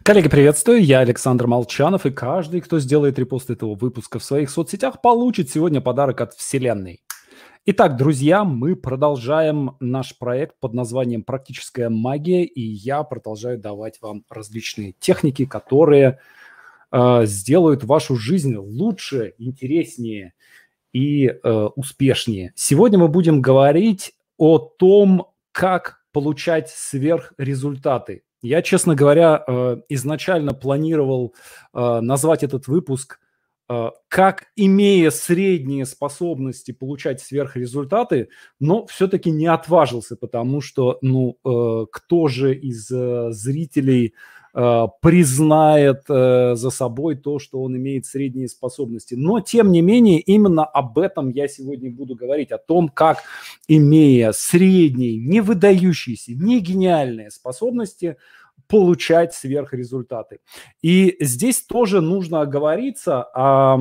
Коллеги, приветствую, я Александр Молчанов, и каждый, кто сделает репост этого выпуска в своих соцсетях, получит сегодня подарок от Вселенной. Итак, друзья, мы продолжаем наш проект под названием «Практическая магия», и я продолжаю давать вам различные техники, которые сделают вашу жизнь лучше, интереснее и успешнее. Сегодня мы будем говорить о том, как получать сверхрезультаты. Я, честно говоря, изначально планировал назвать этот выпуск как, имея средние способности получать сверхрезультаты, но все-таки не отважился, потому что, кто же из зрителей признает за собой то, что он имеет средние способности. Но, тем не менее, именно об этом я сегодня буду говорить, о том, как, имея средние, не выдающиеся, не гениальные способности, получать сверхрезультаты. И здесь тоже нужно оговориться о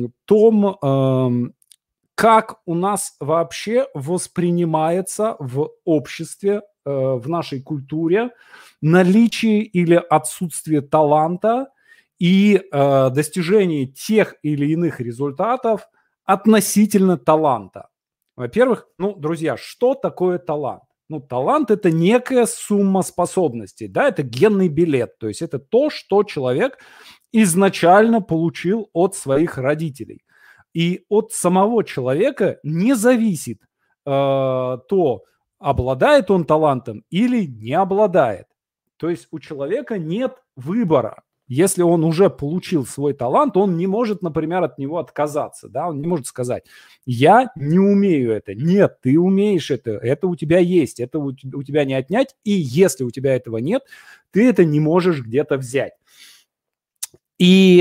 том, как у нас вообще воспринимается в обществе, в нашей культуре наличие или отсутствие таланта и достижение тех или иных результатов относительно таланта. Во-первых, друзья, что такое талант? Талант – это некая сумма способностей, да, это генный билет, то есть это то, что человек изначально получил от своих родителей. И от самого человека не зависит то, обладает он талантом или не обладает. То есть у человека нет выбора. Если он уже получил свой талант, он не может, например, от него отказаться. Да? Он не может сказать: я не умею это. Нет, ты умеешь это у тебя есть, это у тебя не отнять. И если у тебя этого нет, ты это не можешь где-то взять. И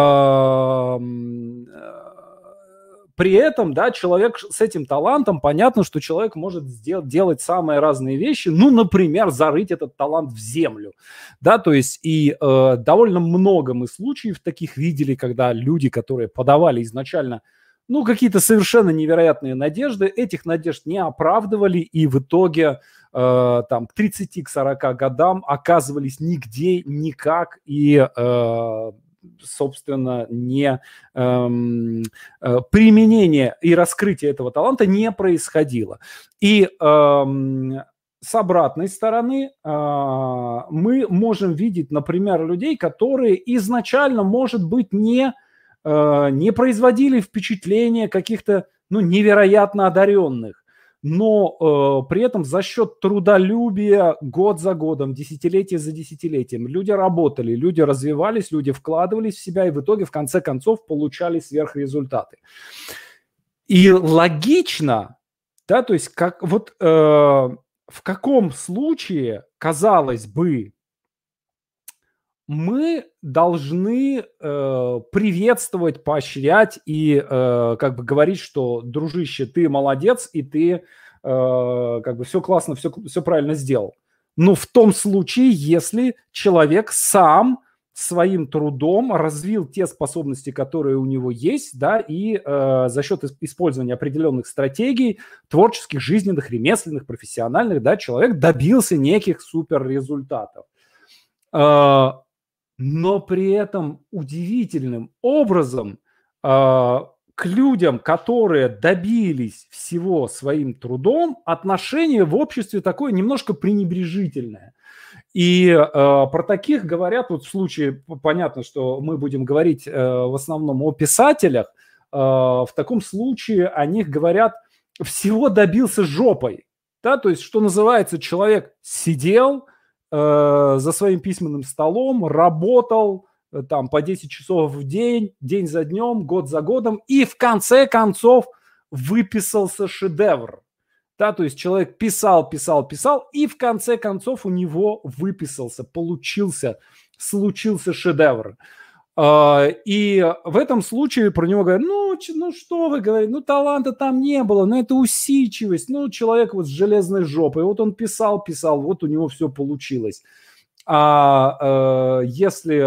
при этом, да, человек с этим талантом, понятно, что человек может делать самые разные вещи, например, зарыть этот талант в землю, да, то есть и довольно много мы случаев таких видели, когда люди, которые подавали изначально, какие-то совершенно невероятные надежды, этих надежд не оправдывали, и в итоге к 30-40 годам оказывались нигде, никак, и собственно, применение и раскрытие этого таланта не происходило. И с обратной стороны мы можем видеть, например, людей, которые изначально, может быть, не производили впечатления каких-то невероятно одаренных, но при этом за счет трудолюбия год за годом, десятилетие за десятилетием люди работали, люди развивались, люди вкладывались в себя и в итоге, в конце концов, получали сверхрезультаты. И логично, да, то есть в каком случае, казалось бы, мы должны приветствовать, поощрять и говорить, что, дружище, ты молодец, и ты все классно, все правильно сделал. Но в том случае, если человек сам своим трудом развил те способности, которые у него есть, да, и за счет использования определенных стратегий, творческих, жизненных, ремесленных, профессиональных, да, человек добился неких суперрезультатов. Но при этом удивительным образом к людям, которые добились всего своим трудом, отношение в обществе такое немножко пренебрежительное. И про таких говорят, в случае, понятно, что мы будем говорить в основном о писателях, в таком случае о них говорят: всего добился жопой. Да? То есть, что называется, человек сидел за своим письменным столом, работал по 10 часов в день, день за днем, год за годом, и в конце концов выписался шедевр. Да, то есть человек писал, и в конце концов у него случился шедевр. И в этом случае про него говорят: что вы говорите, таланта там не было, это усидчивость, человек с железной жопой, он писал, вот у него все получилось. А если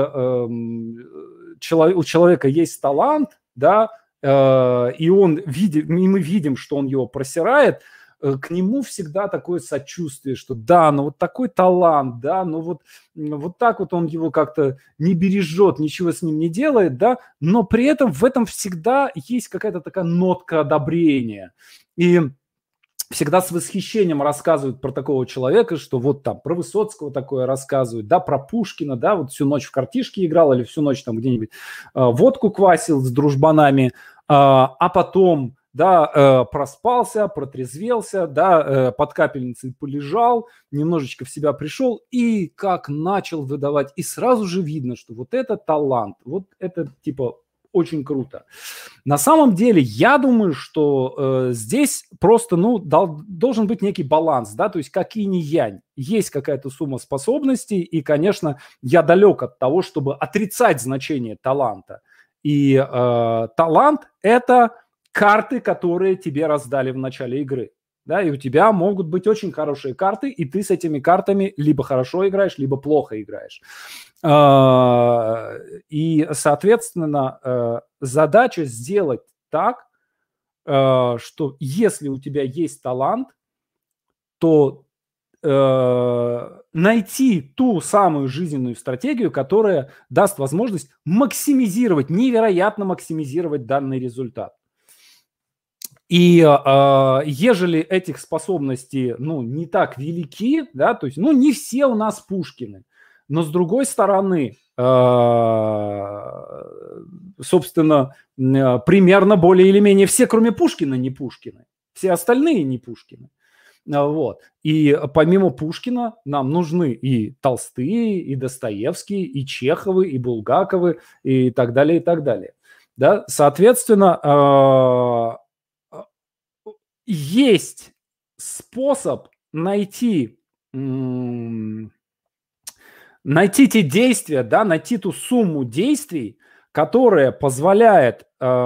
у человека есть талант, да, и мы видим, что он его просирает, к нему всегда такое сочувствие, что да, ну вот такой талант, да, ну вот так вот он его как-то не бережет, ничего с ним не делает, да, но при этом в этом всегда есть какая-то такая нотка одобрения. И всегда с восхищением рассказывают про такого человека, что вот там про Высоцкого такое рассказывают, да, про Пушкина, да, вот всю ночь в картишки играл или всю ночь там где-нибудь водку квасил с дружбанами, а потом, да, проспался, протрезвелся, да, под капельницей полежал, немножечко в себя пришел и как начал выдавать. И сразу же видно, что вот это талант, вот это типа очень круто. На самом деле, я думаю, что здесь просто, ну, должен быть некий баланс, да, то есть как инь и янь. Есть какая-то сумма способностей, и, конечно, я далек от того, чтобы отрицать значение таланта. И талант – это карты, которые тебе раздали в начале игры. Да, и у тебя могут быть очень хорошие карты, и ты с этими картами либо хорошо играешь, либо плохо играешь. И, соответственно, задача сделать так, что если у тебя есть талант, то найти ту самую жизненную стратегию, которая даст возможность максимизировать, невероятно максимизировать данный результат. И ежели этих способностей, ну, не так велики, да, то есть, ну, не все у нас Пушкины, но с другой стороны, собственно, примерно более или менее все, кроме Пушкина, не Пушкины, все остальные не Пушкины. Вот. И помимо Пушкина нам нужны и Толстые, и Достоевские, и Чеховы, и Булгаковы, и так далее, и так далее. Да? Соответственно, есть способ найти те действия, да, найти ту сумму действий, которая позволяет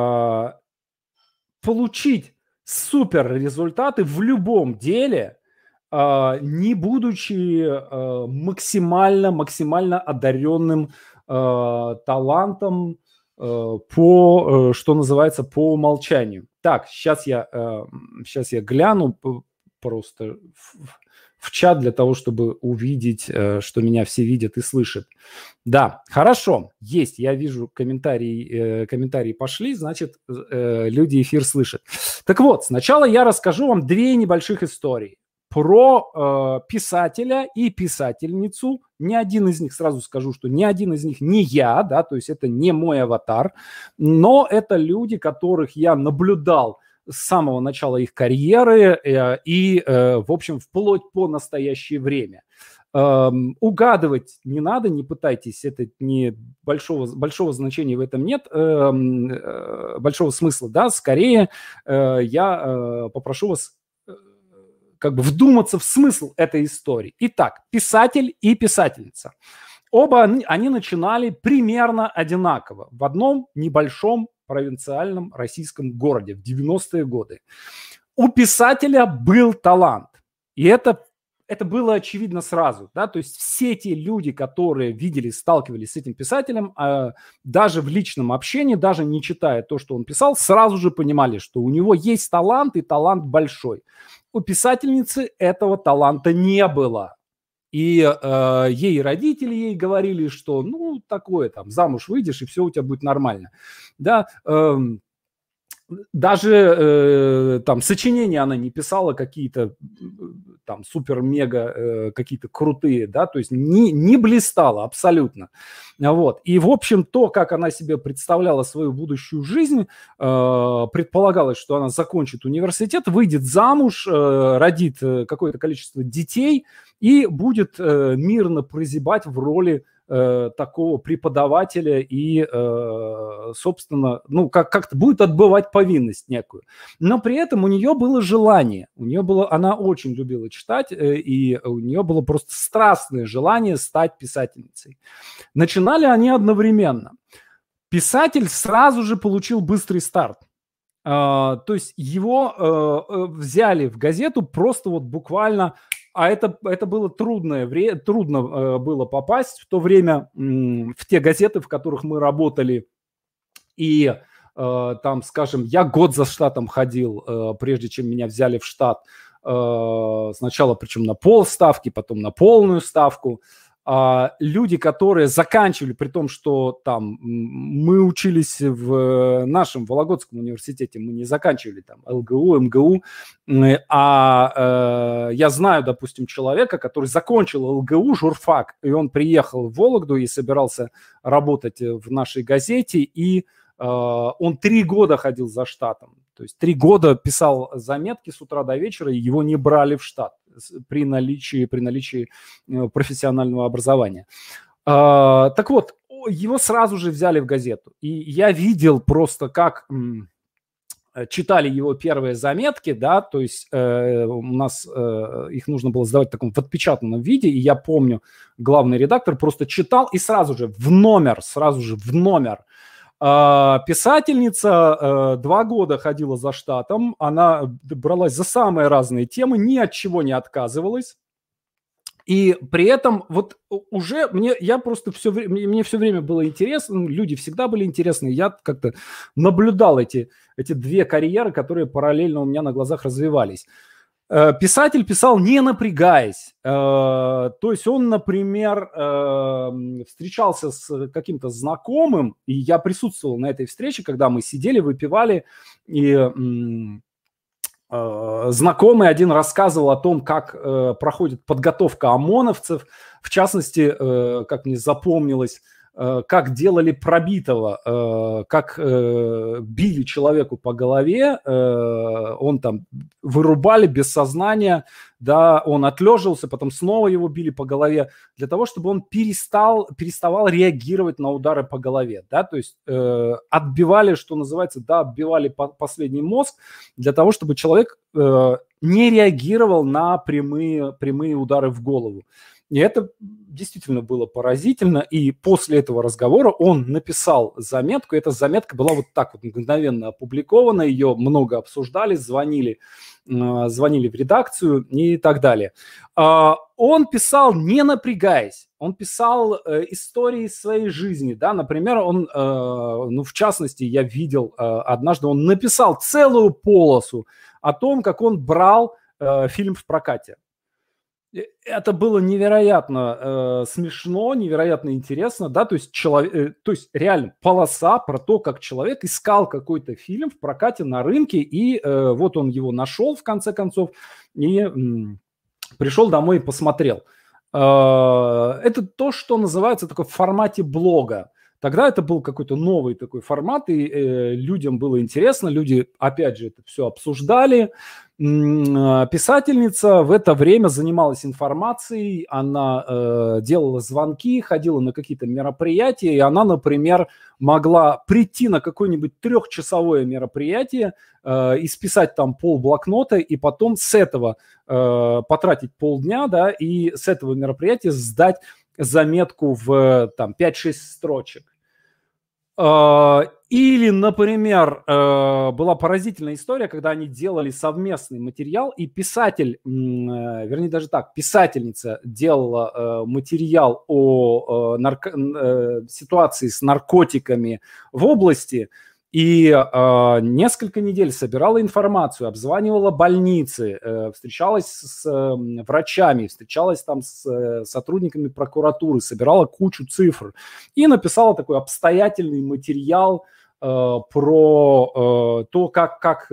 получить супер результаты в любом деле, не будучи максимально одаренным талантом по, что называется, по умолчанию. Так, сейчас я гляну просто в чат для того, чтобы увидеть, что меня все видят и слышат. Да, хорошо, есть, я вижу комментарии пошли, значит, люди эфир слышат. Так вот, сначала я расскажу вам две небольших истории про писателя и писательницу. Ни один из них, сразу скажу, что ни один из них не я, да, то есть это не мой аватар, но это люди, которых я наблюдал с самого начала их карьеры и, в общем, вплоть по настоящее время. Угадывать не надо, не пытайтесь, это не большого значения в этом нет, большого смысла, да, скорее я попрошу вас как бы вдуматься в смысл этой истории. Итак, писатель и писательница. Оба они начинали примерно одинаково в одном небольшом провинциальном российском городе в 90-е годы. У писателя был талант, и это было очевидно сразу, да, то есть все те люди, которые видели, сталкивались с этим писателем, даже в личном общении, даже не читая то, что он писал, сразу же понимали, что у него есть талант, и талант большой. У писательницы этого таланта не было. И ей родители ей говорили, что ну такое там, замуж выйдешь, и все у тебя будет нормально. Да, даже там сочинения она не писала какие-то там супер-мега какие-то крутые, да, то есть не блистала абсолютно. Вот. И, в общем, то, как она себе представляла свою будущую жизнь, предполагалось, что она закончит университет, выйдет замуж, родит какое-то количество детей и будет мирно прозябать в роли такого преподавателя и, собственно, ну, как-то будет отбывать повинность некую. Но при этом у нее было желание, она очень любила читать, и у нее было просто страстное желание стать писательницей. Начинали они одновременно. Писатель сразу же получил быстрый старт. То есть его взяли в газету просто вот буквально... А это было трудно было попасть в то время в те газеты, в которых мы работали. И там, скажем, я год за штатом ходил, прежде чем меня взяли в штат. сначала причем на полставки, потом на полную ставку. Люди, которые заканчивали, при том, что там мы учились в нашем Вологодском университете, мы не заканчивали там ЛГУ, МГУ, я знаю, допустим, человека, который закончил ЛГУ, журфак, и он приехал в Вологду и собирался работать в нашей газете, и он 3 года ходил за штатом, то есть 3 года писал заметки с утра до вечера, и его не брали в штат при наличии профессионального образования. Так вот, его сразу же взяли в газету. И я видел просто, как читали его первые заметки, да, то есть у нас их нужно было сдавать в таком в отпечатанном виде, и я помню, главный редактор просто читал и сразу же в номер. Писательница 2 года ходила за штатом, она бралась за самые разные темы, ни от чего не отказывалась. И при этом вот уже мне все время было интересно, люди всегда были интересны, я как-то наблюдал эти 2 карьеры, которые параллельно у меня на глазах развивались. Писатель писал не напрягаясь, то есть он, например, встречался с каким-то знакомым, и я присутствовал на этой встрече, когда мы сидели, выпивали, и знакомый один рассказывал о том, как проходит подготовка ОМОНовцев, в частности, как мне запомнилось, как делали пробитого, как били человеку по голове, он там вырубали без сознания, да, он отлеживался, потом снова его били по голове, для того, чтобы он переставал реагировать на удары по голове, да, то есть отбивали, что называется, да, отбивали последний мозг, для того, чтобы человек не реагировал на прямые удары в голову. И это действительно было поразительно. И после этого разговора он написал заметку. Эта заметка была вот так вот мгновенно опубликована. Ее много обсуждали, звонили в редакцию и так далее. Он писал не напрягаясь. Он писал истории своей жизни. Да? Например, он, в частности, я видел однажды, он написал целую полосу о том, как он брал фильм в прокате. Это было невероятно смешно, невероятно интересно, да, то есть реально полоса про то, как человек искал какой-то фильм в прокате на рынке, и вот он его нашел в конце концов и пришел домой и посмотрел. Это то, что называется такое в формате блога. Тогда это был какой-то новый такой формат, и людям было интересно, люди, опять же, это все обсуждали. Писательница в это время занималась информацией, она делала звонки, ходила на какие-то мероприятия, и она, например, могла прийти на какое-нибудь 3-часовое мероприятие, исписать там полблокнота, и потом с этого потратить полдня, да, и с этого мероприятия сдать заметку в там 5-6 строчек. Или, например, была поразительная история, когда они делали совместный материал, и писательница делала материал о ситуации с наркотиками в области, и несколько недель собирала информацию, обзванивала больницы, встречалась с врачами, встречалась там с сотрудниками прокуратуры, собирала кучу цифр и написала такой обстоятельный материал про то, как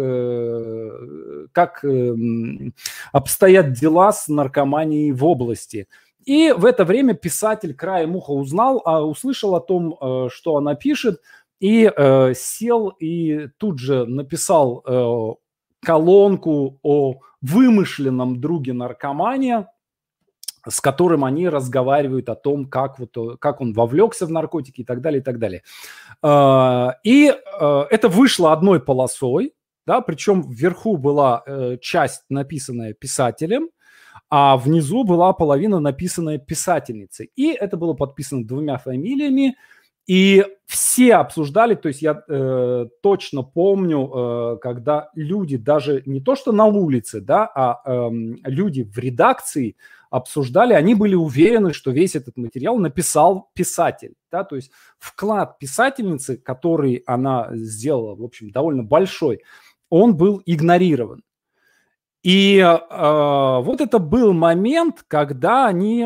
обстоят дела с наркоманией в области. И в это время писатель краем уха услышал о том, что она пишет, и сел и тут же написал колонку о вымышленном друге наркомане, с которым они разговаривают о том, как он вовлекся в наркотики и так далее, и так далее. И это вышло одной полосой, да, причем вверху была часть, написанная писателем, а внизу была половина, написанная писательницей. И это было подписано 2 фамилиями. И все обсуждали, то есть я точно помню, когда люди даже не то что на улице, да, а люди в редакции обсуждали, они были уверены, что весь этот материал написал писатель, да, то есть вклад писательницы, который она сделала, в общем, довольно большой, он был игнорирован. И вот это был момент, когда они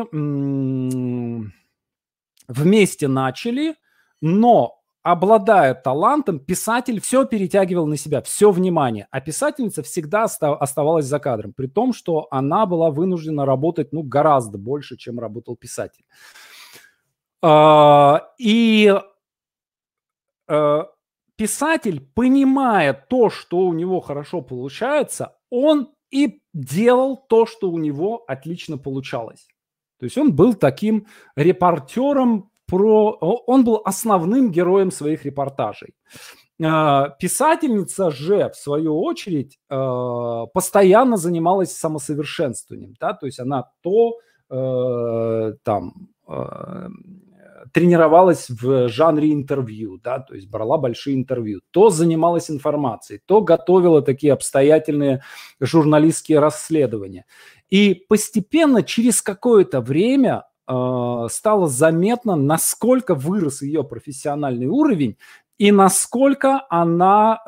вместе начали, но, обладая талантом, писатель все перетягивал на себя, все внимание, а писательница всегда оставалась за кадром, при том, что она была вынуждена работать, ну, гораздо больше, чем работал писатель. И писатель, понимая то, что у него хорошо получается, он и делал то, что у него отлично получалось. То есть он был таким репортером, он был основным героем своих репортажей. Писательница же, в свою очередь, постоянно занималась самосовершенствованием. Да? То есть она тренировалась в жанре интервью, да, то есть брала большие интервью, то занималась информацией, то готовила такие обстоятельные журналистские расследования. И постепенно, через какое-то время, стало заметно, насколько вырос ее профессиональный уровень и насколько она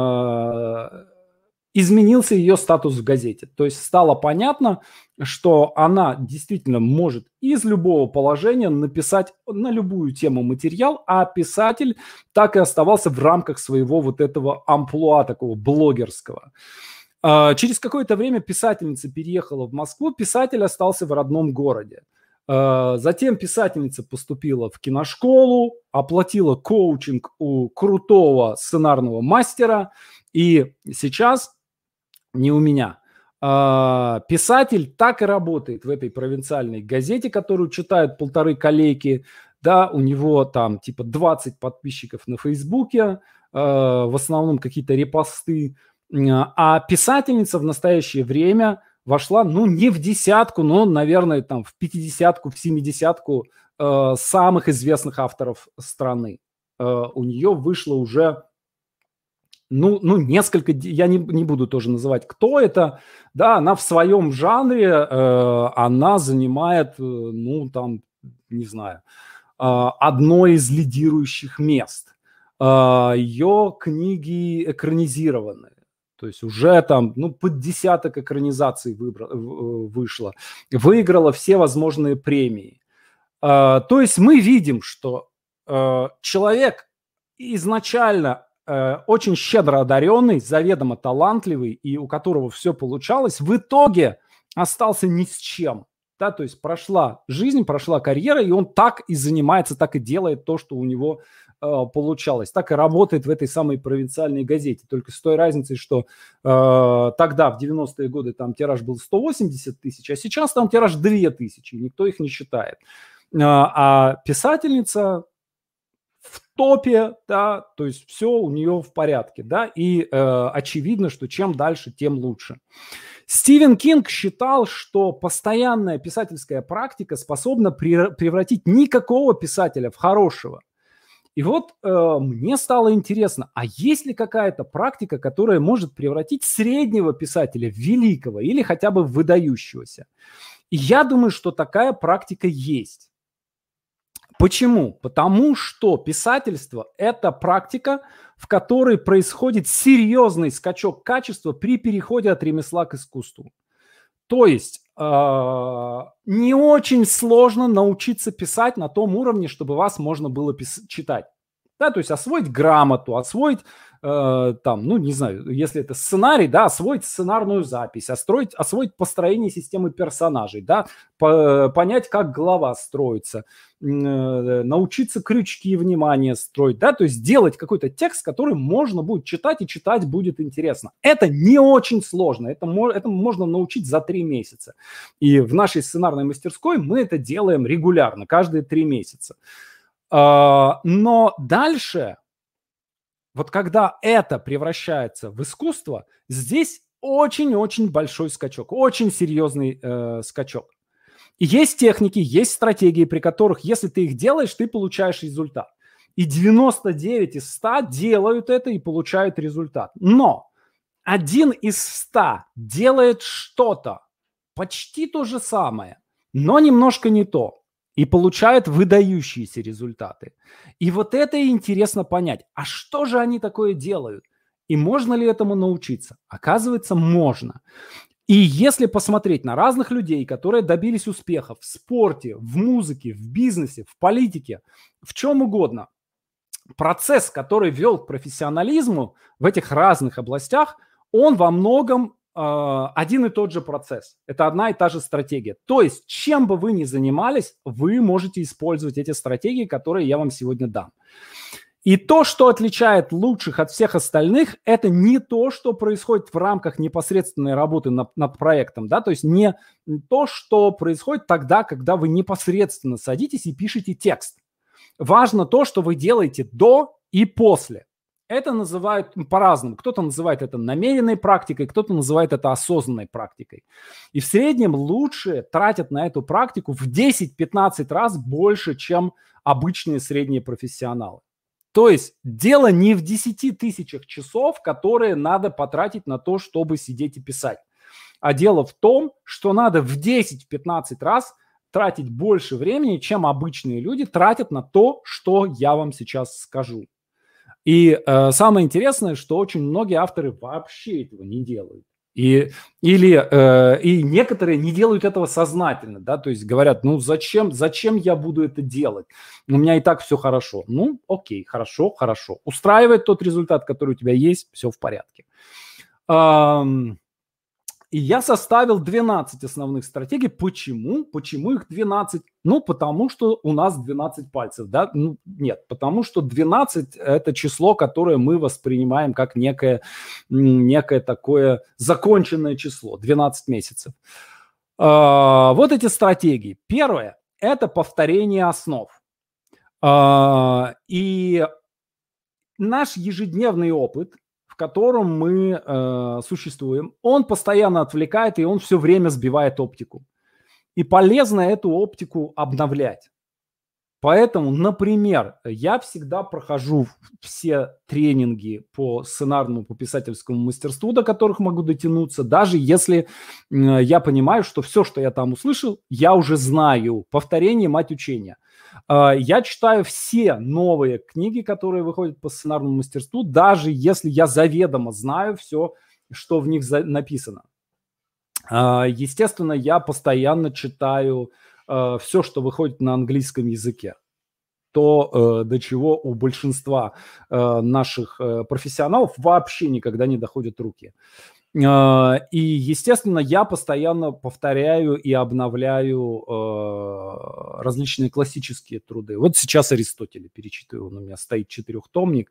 изменился ее статус в газете. То есть стало понятно, что она действительно может из любого положения написать на любую тему материал, а писатель так и оставался в рамках своего вот этого амплуа такого блогерского. Через какое-то время писательница переехала в Москву, писатель остался в родном городе. Затем писательница поступила в киношколу, оплатила коучинг у крутого сценарного мастера, и сейчас не у меня. Писатель так и работает в этой провинциальной газете, которую читают 1,5 коллеги. Да, у него там типа 20 подписчиков на Фейсбуке, в основном какие-то репосты. А писательница в настоящее время вошла, ну, не в десятку, но, наверное, там в 50-ку, в 70-ку самых известных авторов страны. У нее вышло уже несколько, я не буду тоже называть, кто это, да, она в своем жанре, она занимает, не знаю, одно из лидирующих мест. Ее книги экранизированы, то есть уже там, под десяток экранизаций вышло, выиграла все возможные премии. То есть мы видим, что человек изначально очень щедро одаренный, заведомо талантливый и у которого все получалось, в итоге остался ни с чем. Да, то есть прошла жизнь, прошла карьера, и он так и занимается, так и делает то, что у него получалось. Так и работает в этой самой провинциальной газете. Только с той разницей, что тогда, в 90-е годы, там тираж был 180 тысяч, а сейчас там тираж 2000, никто их не считает. А писательница в топе, да, то есть все у нее в порядке, да, и очевидно, что чем дальше, тем лучше. Стивен Кинг считал, что постоянная писательская практика способна превратить никакого писателя в хорошего. И вот мне стало интересно, а есть ли какая-то практика, которая может превратить среднего писателя в великого или хотя бы в выдающегося? И я думаю, что такая практика есть. Почему? Потому что писательство – это практика, в которой происходит серьезный скачок качества при переходе от ремесла к искусству. То есть не очень сложно научиться писать на том уровне, чтобы вас можно было читать. Да, то есть освоить грамоту, освоить, не знаю, если это сценарий, да, освоить сценарную запись, освоить построение системы персонажей, да, понять, как глава строится, научиться крючки внимания строить, да, то есть делать какой-то текст, который можно будет читать, и читать будет интересно. Это не очень сложно, этому можно научить за 3 месяца. И в нашей сценарной мастерской мы это делаем регулярно, каждые 3 месяца. Но дальше, вот когда это превращается в искусство, здесь очень-очень большой скачок, очень серьезный скачок. И есть техники, есть стратегии, при которых, если ты их делаешь, ты получаешь результат. И 99 из 100 делают это и получают результат. Но 1 из 100 делает что-то почти то же самое, но немножко не то. И получают выдающиеся результаты. И вот это и интересно понять. А что же они такое делают? И можно ли этому научиться? Оказывается, можно. И если посмотреть на разных людей, которые добились успеха в спорте, в музыке, в бизнесе, в политике, в чем угодно, процесс, который вел к профессионализму в этих разных областях, он во многом один и тот же процесс. Это одна и та же стратегия. То есть, чем бы вы ни занимались, вы можете использовать эти стратегии, которые я вам сегодня дам. И то, что отличает лучших от всех остальных, это не то, что происходит в рамках непосредственной работы над проектом, да, то есть не то, что происходит тогда, когда вы непосредственно садитесь и пишете текст. Важно то, что вы делаете до и после. Это называют по-разному. Кто-то называет это намеренной практикой, кто-то называет это осознанной практикой. И в среднем лучшие тратят на эту практику в 10-15 раз больше, чем обычные средние профессионалы. То есть дело не в 10 тысячах часов, которые надо потратить на то, чтобы сидеть и писать. А дело в том, что надо в 10-15 раз тратить больше времени, чем обычные люди тратят на то, что я вам сейчас скажу. И самое интересное, что очень многие авторы вообще этого не делают. И некоторые не делают этого сознательно, да, то есть говорят, ну зачем я буду это делать? У меня и так все хорошо. Ну, окей, хорошо. Устраивает тот результат, который у тебя есть, все в порядке. И я составил 12 основных стратегий. Почему? Почему их 12? Ну, потому что у нас 12 пальцев, да? Ну, нет, потому что 12 – это число, которое мы воспринимаем как некое такое законченное число, 12 месяцев. Вот эти стратегии. Первое – это повторение основ. И наш ежедневный опыт, в котором мы существуем, он постоянно отвлекает, и он все время сбивает оптику. И полезно эту оптику обновлять. Поэтому, например, я всегда прохожу все тренинги по сценарному, по писательскому мастерству, до которых могу дотянуться, даже если я понимаю, что все, что я там услышал, я уже знаю. Повторение – мать учения. Я читаю все новые книги, которые выходят по сценарному мастерству, даже если я заведомо знаю все, что в них написано. Естественно, я постоянно читаю все, что выходит на английском языке. То, до чего у большинства наших профессионалов вообще никогда не доходят руки. И, естественно, я постоянно повторяю и обновляю различные классические труды. Вот сейчас Аристотеля перечитываю, он у меня стоит 4-томник.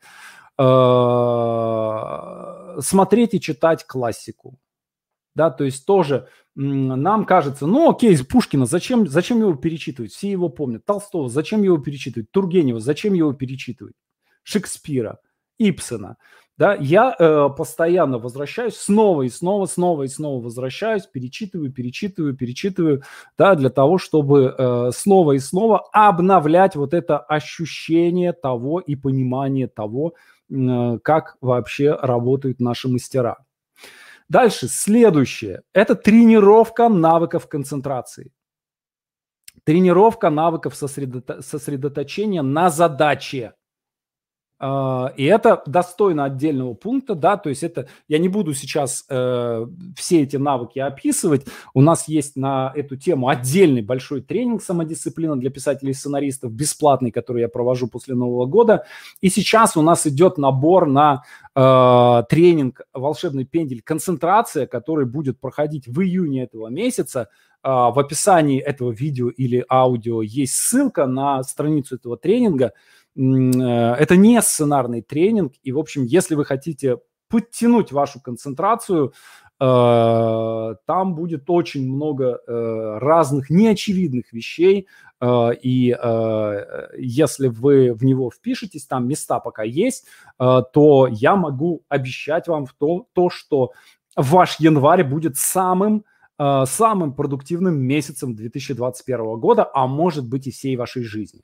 Смотреть и читать классику. Да, то есть тоже нам кажется, ну окей, Пушкина, зачем его перечитывать? Все его помнят. Толстого, зачем его перечитывать? Тургенева, зачем его перечитывать? Шекспира, Ибсена. Да, я постоянно возвращаюсь, снова и снова возвращаюсь, перечитываю, да, для того, чтобы снова и снова обновлять вот это ощущение того и понимание того, как вообще работают наши мастера. Дальше, следующее. Это тренировка навыков концентрации. Тренировка навыков сосредоточения на задаче. И это достойно отдельного пункта, да, то есть это, я не буду сейчас все эти навыки описывать, у нас есть на эту тему отдельный большой тренинг «Самодисциплина для писателей и сценаристов», бесплатный, который я провожу после Нового года, и сейчас у нас идет набор на тренинг «Волшебный пендель. Концентрация», который будет проходить в июне этого месяца. В описании этого видео или аудио есть ссылка на страницу этого тренинга. Это не сценарный тренинг, и, в общем, если вы хотите подтянуть вашу концентрацию, там будет очень много разных неочевидных вещей, и если вы в него впишетесь, там места пока есть, то я могу обещать вам то, что ваш январь будет самым продуктивным месяцем 2021 года, а может быть и всей вашей жизни.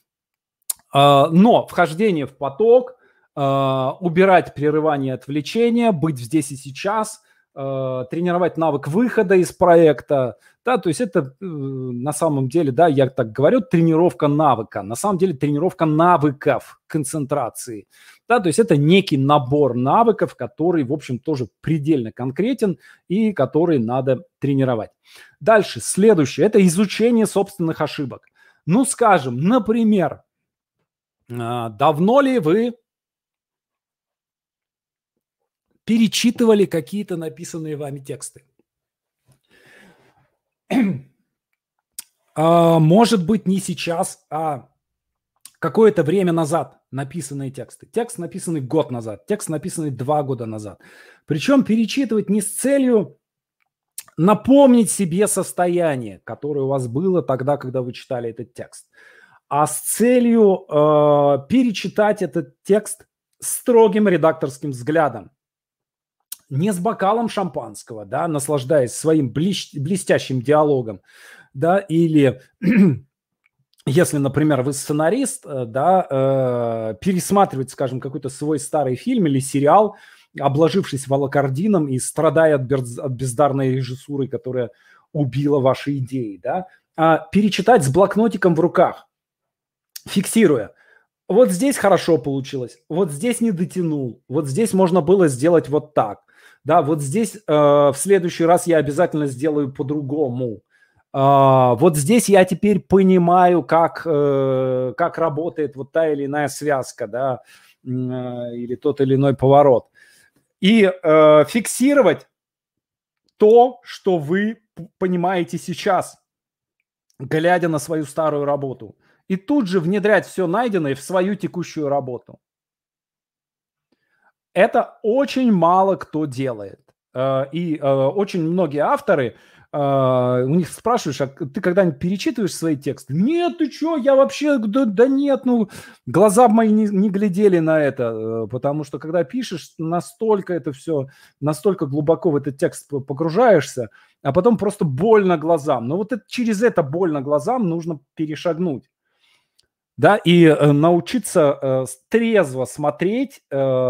Но вхождение в поток, убирать прерывание и отвлечения, быть здесь и сейчас, тренировать навык выхода из проекта, Да, то есть это на самом деле, да, я так говорю, тренировка навыка. На самом деле тренировка навыков концентрации. Да, то есть это некий набор навыков, который, в общем, тоже предельно конкретен и который надо тренировать. Дальше, следующее, это изучение собственных ошибок. Ну, скажем, например, давно ли вы перечитывали какие-то написанные вами тексты? Может быть, не сейчас, а какое-то время назад написанные тексты. Текст, написанный год назад, текст, написанный 2 года назад. Причем перечитывать не с целью напомнить себе состояние, которое у вас было тогда, когда вы читали этот текст, а с целью перечитать этот текст строгим редакторским взглядом. Не с бокалом шампанского, да, наслаждаясь своим блестящим диалогом, да, или если, например, вы сценарист, да, пересматривать, скажем, какой-то свой старый фильм или сериал, обложившись волокордином и страдая от бездарной режиссуры, которая убила ваши идеи, да, а перечитать с блокнотиком в руках, фиксируя. Вот здесь хорошо получилось, вот здесь не дотянул, вот здесь можно было сделать вот так. Да, вот здесь в следующий раз я обязательно сделаю по-другому. Вот здесь я теперь понимаю, как работает вот та или иная связка, да, или тот или иной поворот. И фиксировать то, что вы понимаете сейчас, глядя на свою старую работу. И тут же внедрять все найденное в свою текущую работу. Это очень мало кто делает. И очень многие авторы, у них спрашиваешь, а ты когда-нибудь перечитываешь свои тексты? Нет, ты что, я вообще, да нет, ну, глаза мои не глядели на это, потому что когда пишешь, настолько это все, настолько глубоко в этот текст погружаешься, а потом просто больно глазам. Но вот через это больно глазам нужно перешагнуть. Да, и научиться трезво смотреть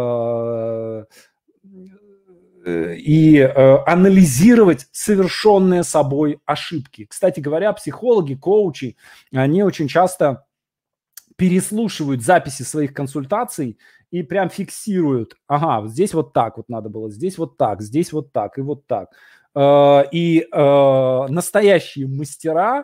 и анализировать совершенные собой ошибки. Кстати говоря, психологи, коучи, они очень часто переслушивают записи своих консультаций и прям фиксируют. Ага, вот здесь вот так вот надо было, здесь вот так и вот так. И настоящие мастера,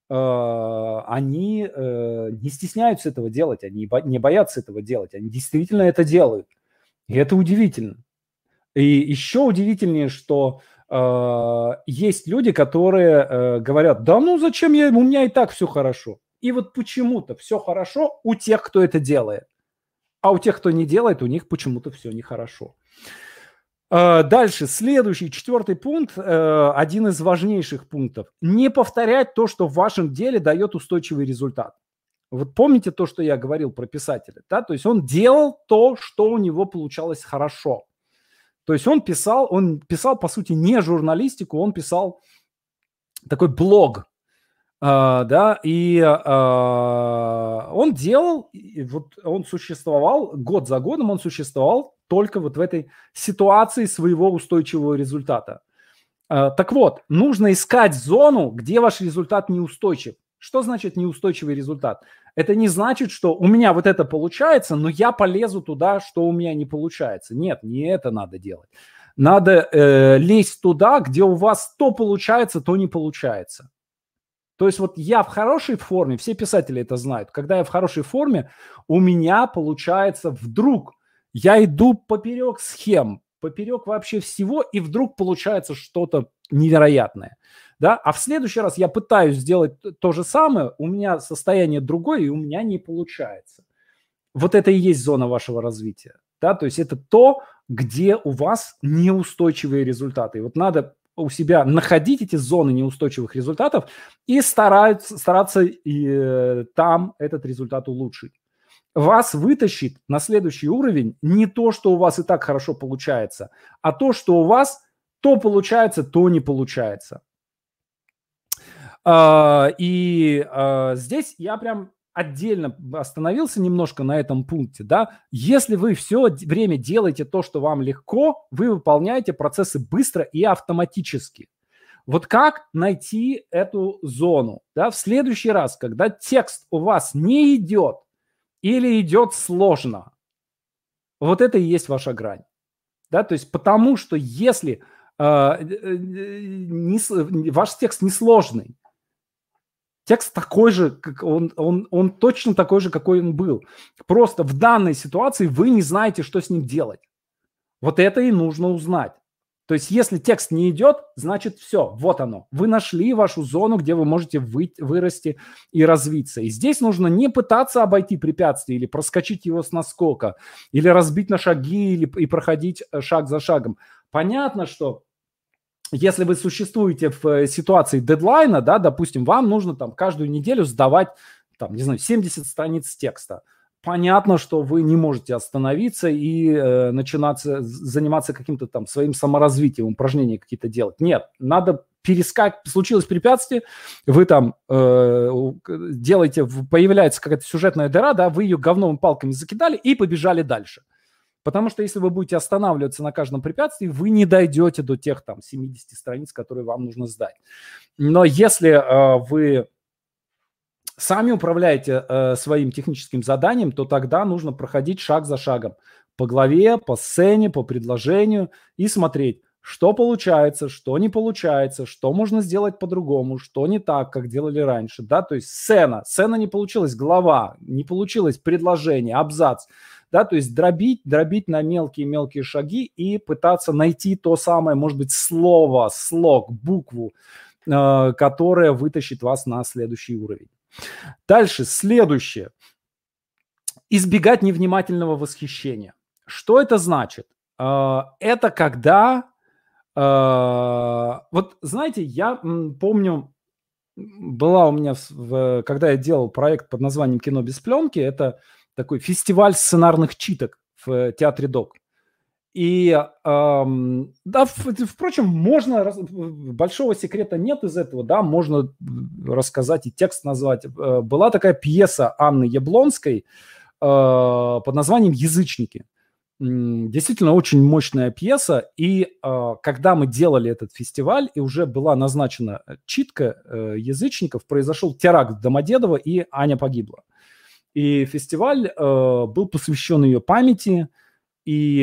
они не стесняются этого делать, они не боятся этого делать, они действительно это делают. И это удивительно. И еще удивительнее, что есть люди, которые говорят, да ну зачем у меня и так все хорошо. И вот почему-то все хорошо у тех, кто это делает. А у тех, кто не делает, у них почему-то все нехорошо. Дальше, следующий, 4 пункт, один из важнейших пунктов. Не повторять то, что в вашем деле дает устойчивый результат. Вот помните то, что я говорил про писателя, да? То есть он делал то, что у него получалось хорошо. То есть он писал, по сути, не журналистику, он писал такой блог, да, и он делал, вот он существовал, год за годом он существовал только вот в этой ситуации своего устойчивого результата. Так вот, нужно искать зону, где ваш результат неустойчив. Что значит неустойчивый результат? Это не значит, что у меня вот это получается, но я полезу туда, что у меня не получается. Нет, не это надо делать. Надо лезть туда, где у вас то получается, то не получается. То есть вот я в хорошей форме, все писатели это знают, когда я в хорошей форме, у меня получается вдруг, я иду поперек схем, поперек вообще всего, и вдруг получается что-то невероятное. Да? А в следующий раз я пытаюсь сделать то же самое, у меня состояние другое, и у меня не получается. Вот это и есть зона вашего развития. Да? То есть это то, где у вас неустойчивые результаты. И вот надо у себя находить эти зоны неустойчивых результатов и стараться там этот результат улучшить. Вас вытащит на следующий уровень не то, что у вас и так хорошо получается, а то, что у вас то получается, то не получается. И здесь я прям отдельно остановился немножко на этом пункте, да. Если вы все время делаете то, что вам легко, вы выполняете процессы быстро и автоматически. Вот как найти эту зону? Да? В следующий раз, когда текст у вас не идет или идет сложно, вот это и есть ваша грань. Да? То есть потому что если ваш текст несложный, текст такой же, как он точно такой же, какой он был. Просто в данной ситуации вы не знаете, что с ним делать. Вот это и нужно узнать. То есть если текст не идет, значит все, вот оно. Вы нашли вашу зону, где вы можете вырасти и развиться. И здесь нужно не пытаться обойти препятствие или проскочить его с наскока, или разбить на шаги, и проходить шаг за шагом. Понятно, что если вы существуете в ситуации дедлайна, да, допустим, вам нужно там каждую неделю сдавать, там, не знаю, 70 страниц текста. Понятно, что вы не можете остановиться и заниматься каким-то там своим саморазвитием, упражнения какие-то делать. Нет, надо случилось препятствие, вы там делаете, появляется какая-то сюжетная дыра, да, вы ее говном и палками закидали и побежали дальше. Потому что если вы будете останавливаться на каждом препятствии, вы не дойдете до тех там 70 страниц, которые вам нужно сдать. Но если вы сами управляете своим техническим заданием, то тогда нужно проходить шаг за шагом по главе, по сцене, по предложению и смотреть, что получается, что не получается, что можно сделать по-другому, что не так, как делали раньше. Да? То есть сцена не получилась, глава, не получилось предложение, абзац. Да, то есть дробить на мелкие шаги и пытаться найти то самое, может быть, слово, слог, букву, которая вытащит вас на следующий уровень. Дальше, следующее. Избегать невнимательного восхищения. Что это значит? Это когда... Вот, знаете, я помню, была у меня, когда я делал проект под названием «Кино без пленки», это такой фестиваль сценарных читок в Театре ДОК. И, да, впрочем, большого секрета нет из этого, да, можно рассказать и текст назвать. Была такая пьеса Анны Яблонской под названием «Язычники». Действительно очень мощная пьеса, и когда мы делали этот фестиваль, и уже была назначена читка язычников, произошел теракт в Домодедово, и Аня погибла. И фестиваль был посвящен ее памяти, и,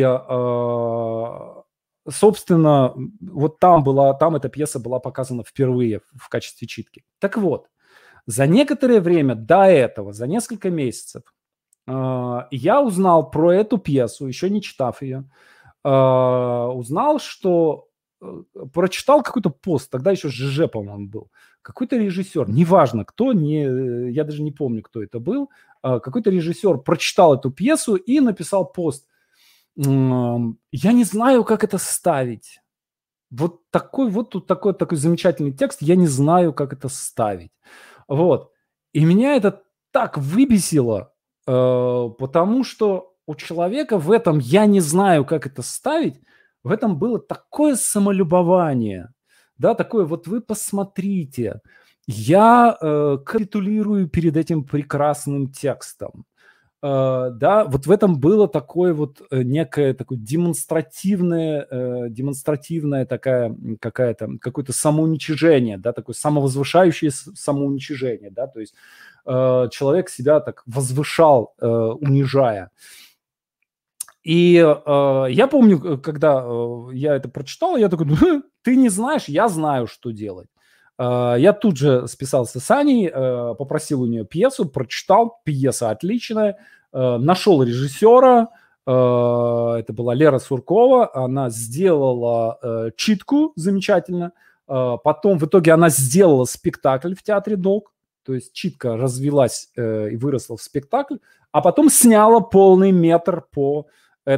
собственно, вот там эта пьеса была показана впервые в качестве читки. Так вот, за некоторое время до этого, за несколько месяцев, я узнал про эту пьесу, еще не читав ее, узнал, что прочитал какой-то пост, тогда еще ЖЖ, по-моему, был, какой-то режиссер, неважно кто, я даже не помню, кто это был, какой-то режиссер прочитал эту пьесу и написал пост. Я не знаю, как это ставить. Вот такой замечательный текст, я не знаю, как это ставить. Вот. И меня это так выбесило, потому что у человека в этом «я не знаю, как это ставить», в этом было такое самолюбование, да, такое вот вы посмотрите, я капитулирую перед этим прекрасным текстом. Да, вот в этом было такое вот некое такое демонстративное такая какое-то самоуничижение, да, такое самовозвышающееся самоуничижение, да, то есть человек себя так возвышал, унижая. И я помню, когда я это прочитал, я такой, ты не знаешь, я знаю, что делать. Я тут же списался с Аней, попросил у нее пьесу, прочитал, пьеса отличная, нашел режиссера, это была Лера Суркова, она сделала читку замечательно, потом в итоге она сделала спектакль в Театре ДОК, то есть читка развилась и выросла в спектакль, а потом сняла полный метр по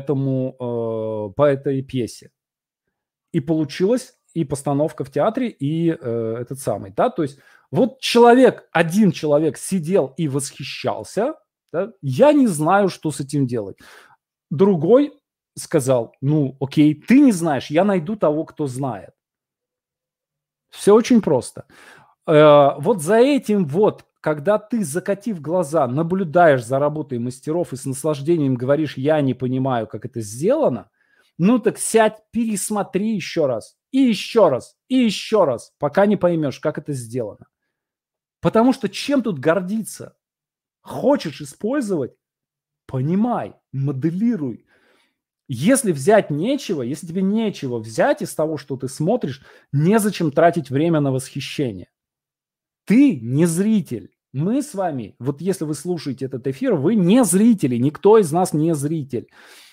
этой пьесе. И получилось и постановка в театре, и этот самый, да, то есть вот один человек сидел и восхищался, да? Я не знаю, что с этим делать. Другой сказал, ну, окей, ты не знаешь, я найду того, кто знает. Все очень просто. Вот за этим вот, когда ты, закатив глаза, наблюдаешь за работой мастеров и с наслаждением говоришь, я не понимаю, как это сделано, ну так сядь, пересмотри еще раз. и еще раз, пока не поймешь, как это сделано. Потому что чем тут гордиться? Хочешь использовать? Понимай, моделируй. Если взять нечего, если тебе нечего взять из того, что ты смотришь, незачем тратить время на восхищение. Ты не зритель. Мы с вами, вот если вы слушаете этот эфир, вы не зрители, никто из нас не зритель.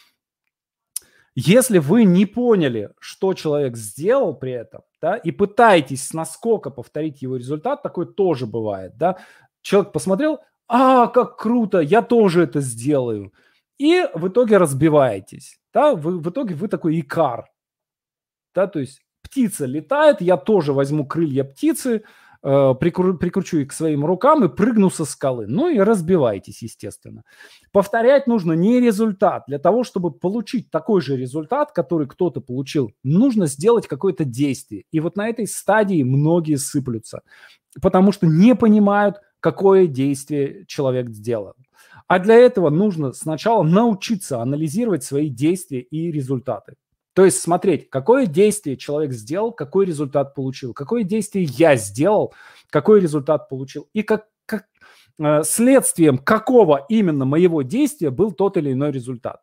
Если вы не поняли, что человек сделал при этом, да, и пытаетесь с наскока повторить его результат, такое тоже бывает, да, человек посмотрел, как круто, я тоже это сделаю, и в итоге разбиваетесь, да, в итоге вы такой икар, да, то есть птица летает, я тоже возьму крылья птицы, прикручу их к своим рукам и прыгну со скалы. Ну и разбивайтесь, естественно. Повторять нужно не результат. Для того, чтобы получить такой же результат, который кто-то получил, нужно сделать какое-то действие. И вот на этой стадии многие сыплются, потому что не понимают, какое действие человек сделал. А для этого нужно сначала научиться анализировать свои действия и результаты. То есть смотреть, какое действие человек сделал, какой результат получил, какое действие я сделал, какой результат получил, и следствием какого именно моего действия был тот или иной результат.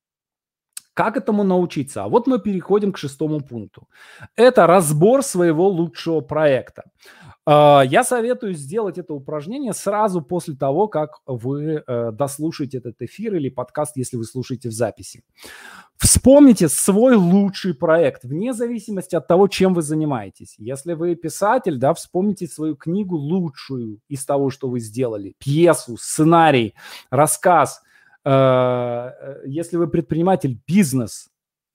Как этому научиться? А вот мы переходим к 6-му пункту. Это разбор своего лучшего проекта. Я советую сделать это упражнение сразу после того, как вы дослушаете этот эфир или подкаст, если вы слушаете в записи. Вспомните свой лучший проект, вне зависимости от того, чем вы занимаетесь. Если вы писатель, да, вспомните свою книгу лучшую из того, что вы сделали. Пьесу, сценарий, рассказ. Если вы предприниматель, бизнес,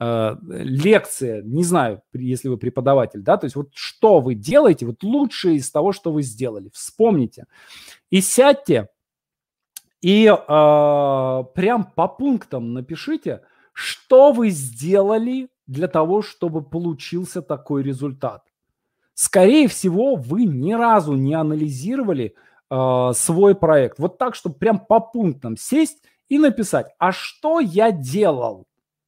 лекция, не знаю, если вы преподаватель, да, то есть вот что вы делаете, вот лучшее из того, что вы сделали, вспомните. И сядьте и прям по пунктам напишите, что вы сделали для того, чтобы получился такой результат. Скорее всего, вы ни разу не анализировали свой проект. Вот так, чтобы прям по пунктам сесть и написать, а что я делал?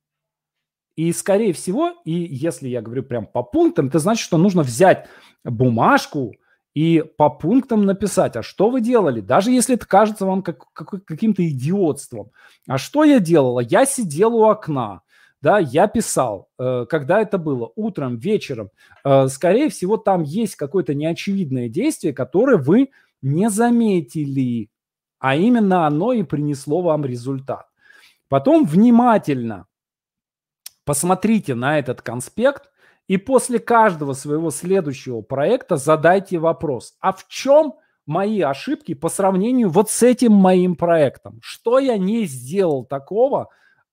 И, скорее всего, и если я говорю прям по пунктам, это значит, что нужно взять бумажку и по пунктам написать, а что вы делали? Даже если это кажется вам каким-то идиотством. А что я делала? Я сидел у окна, да, я писал. Когда это было? Утром, вечером. Скорее всего, там есть какое-то неочевидное действие, которое вы не заметили, а именно оно и принесло вам результат. Потом внимательно посмотрите на этот конспект и после каждого своего следующего проекта задайте вопрос, а в чем мои ошибки по сравнению вот с этим моим проектом? Что я не сделал такого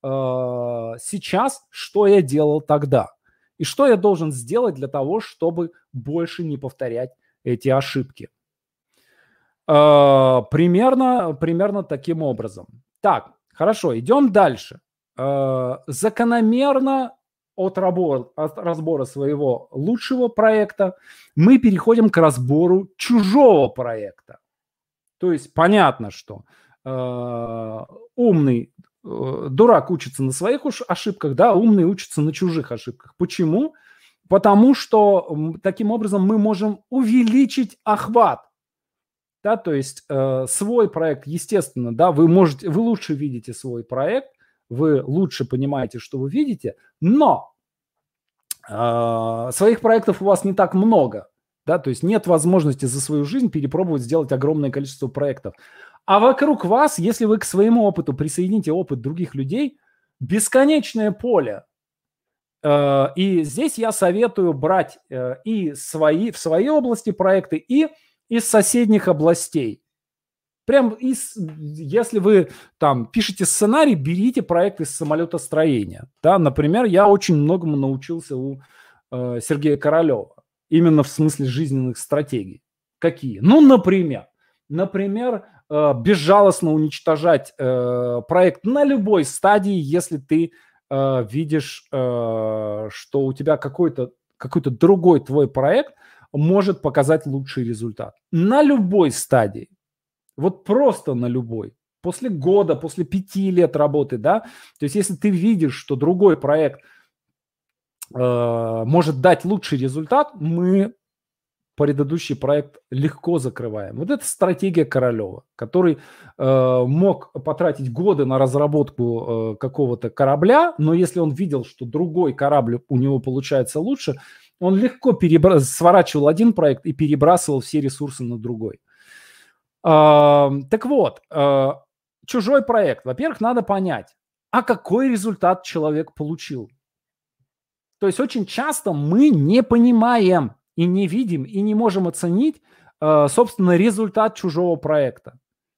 сейчас, что я делал тогда? И что я должен сделать для того, чтобы больше не повторять эти ошибки? Примерно таким образом. Так, хорошо, идем дальше. Закономерно от разбора своего лучшего проекта мы переходим к разбору чужого проекта. То есть понятно, что умный дурак учится на своих ошибках, да, умный учится на чужих ошибках. Почему? Потому что таким образом мы можем увеличить охват. Да, то есть свой проект, естественно, да, вы лучше видите свой проект, вы лучше понимаете, что вы видите, но своих проектов у вас не так много, да, то есть нет возможности за свою жизнь перепробовать сделать огромное количество проектов. А вокруг вас, если вы к своему опыту присоедините опыт других людей, бесконечное поле. И здесь я советую брать и в своей области проекты, и из соседних областей. Прям если вы там пишете сценарий, берите проект из самолетостроения. Да? Например, я очень многому научился у Сергея Королева. Именно в смысле жизненных стратегий. Какие? Ну, например, безжалостно уничтожать проект на любой стадии, если ты видишь, что у тебя какой-то другой твой проект может показать лучший результат. На любой стадии. Вот просто на любой. После года, после 5 лет работы, да. То есть если ты видишь, что другой проект может дать лучший результат, мы предыдущий проект легко закрываем. Вот это стратегия Королева, который мог потратить годы на разработку какого-то корабля, но если он видел, что другой корабль у него получается лучше, он легко сворачивал один проект и перебрасывал все ресурсы на другой. Так вот, чужой проект. Во-первых, надо понять, а какой результат человек получил. То есть очень часто мы не понимаем и не видим, и не можем оценить, собственно, результат чужого проекта.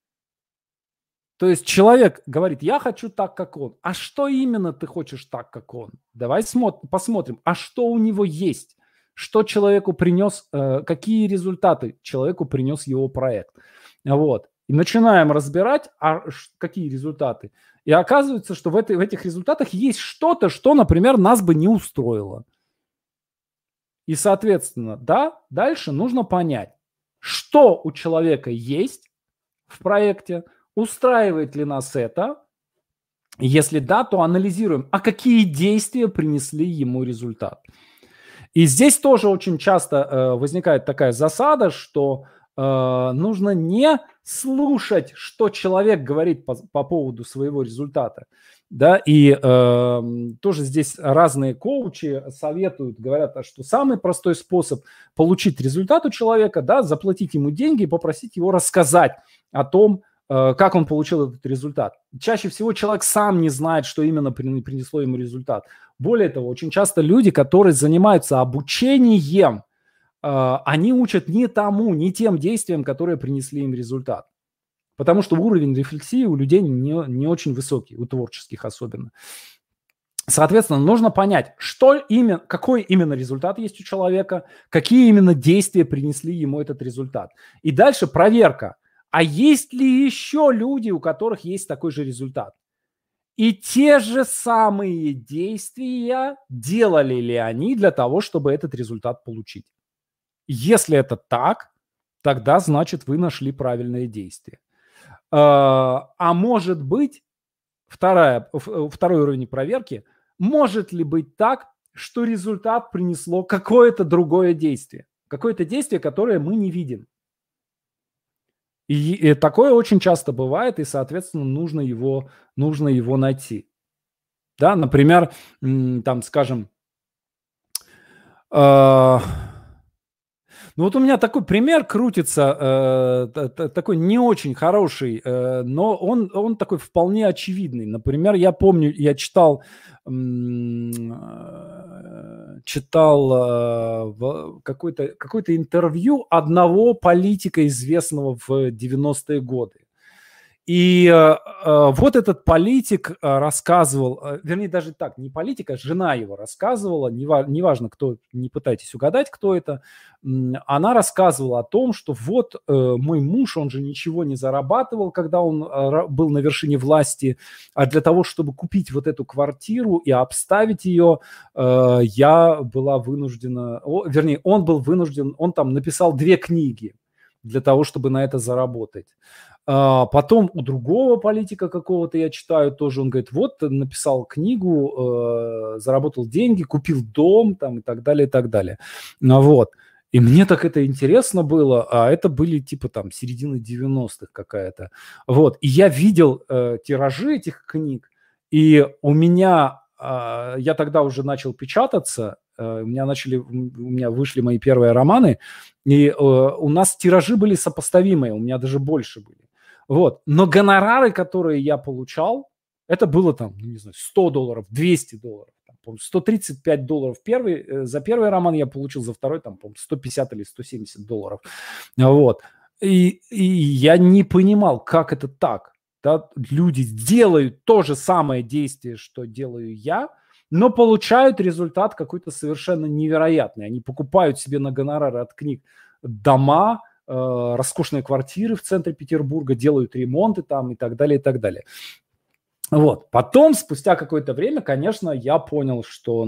То есть человек говорит, я хочу так, как он. А что именно ты хочешь так, как он? Давай посмотрим, а что у него есть? Что человеку принес, какие результаты человеку принес его проект? Вот. И начинаем разбирать, какие результаты. И оказывается, что в этих результатах есть что-то, что, например, нас бы не устроило. И, соответственно, да, дальше нужно понять, что у человека есть в проекте, устраивает ли нас это. Если да, то анализируем, а какие действия принесли ему результат. И здесь тоже очень часто возникает такая засада, что нужно не слушать, что человек говорит по поводу своего результата. Да, и тоже здесь разные коучи советуют, говорят, что самый простой способ получить результат у человека, да, заплатить ему деньги и попросить его рассказать о том, как он получил этот результат. Чаще всего человек сам не знает, что именно принесло ему результат. Более того, очень часто люди, которые занимаются обучением, они учат не тем действиям, которые принесли им результат. Потому что уровень рефлексии у людей не очень высокий, у творческих особенно. Соответственно, нужно понять, какой именно результат есть у человека, какие именно действия принесли ему этот результат. И дальше проверка. А есть ли еще люди, у которых есть такой же результат? И те же самые действия делали ли они для того, чтобы этот результат получить? Если это так, тогда значит вы нашли правильное действие. А может быть, второй уровень проверки, может ли быть так, что результат принесло какое-то другое действие? Какое-то действие, которое мы не видим. И такое очень часто бывает, и, соответственно, нужно его найти. Да, например, там, скажем, ну вот у меня такой пример крутится, такой не очень хороший, но он такой вполне очевидный. Например, я помню, я читал какое-то интервью одного политика, известного в 90-е годы. И вот этот политик рассказывал, вернее, даже так, не политик, а жена его рассказывала, неважно, кто, не пытайтесь угадать, кто это, она рассказывала о том, что вот мой муж, он же ничего не зарабатывал, когда он был на вершине власти, а для того, чтобы купить вот эту квартиру и обставить ее, я была вынуждена, вернее, он был вынужден, он там написал 2 книги для того, чтобы на это заработать. Потом у другого политика какого-то я читаю тоже, он говорит, вот написал книгу, заработал деньги, купил дом там, и так далее, и так далее. Вот. И мне так это интересно было, а это были типа там середины 90-х какая-то. Вот. И я видел тиражи этих книг, и у меня, я тогда уже начал печататься, у меня вышли мои первые романы, и у нас тиражи были сопоставимые, у меня даже больше были. Вот. Но гонорары, которые я получал, это было там, не знаю, $100, $200, там, $135 за первый роман я получил, за второй там, по-моему, $150 или $170. Вот. И я не понимал, как это так. Да? Люди делают то же самое действие, что делаю я, но получают результат какой-то совершенно невероятный. Они покупают себе на гонорары от книг дома, роскошные квартиры в центре Петербурга, делают ремонты там и так далее, и так далее. Вот. Потом, спустя какое-то время, конечно, я понял, что,